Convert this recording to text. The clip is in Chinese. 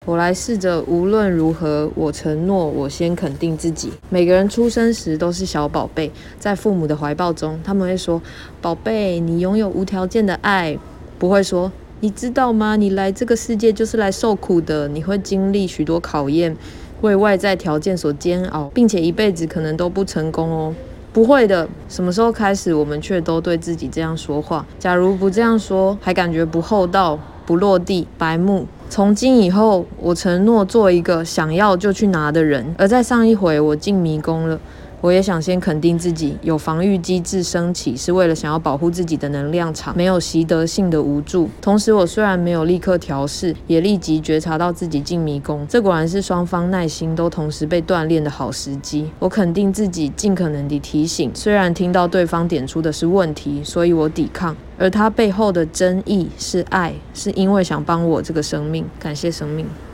我来试着无论如何，我承诺我先肯定自己。每个人出生时都是小宝贝，在父母的怀抱中，他们会说：宝贝，你拥有无条件的爱。不会说：你知道吗？你来这个世界就是来受苦的，你会经历许多考验，为外在条件所煎熬，并且一辈子可能都不成功哦。不会的，什么时候开始，我们却都对自己这样说话？假如不这样说，还感觉不厚道、不落地、白目。从今以后，我承诺做一个想要就去拿的人。而在上一回，我进迷宫了。我也想先肯定自己，有防御机制升起是为了想要保护自己的能量场，没有习得性的无助。同时，我虽然没有立刻调试，也立即觉察到自己进迷宫。这果然是双方耐心都同时被锻炼的好时机。我肯定自己，尽可能地提醒，虽然听到对方点出的是问题，所以我抵抗。而他背后的真意是爱，是因为想帮我这个生命，感谢生命。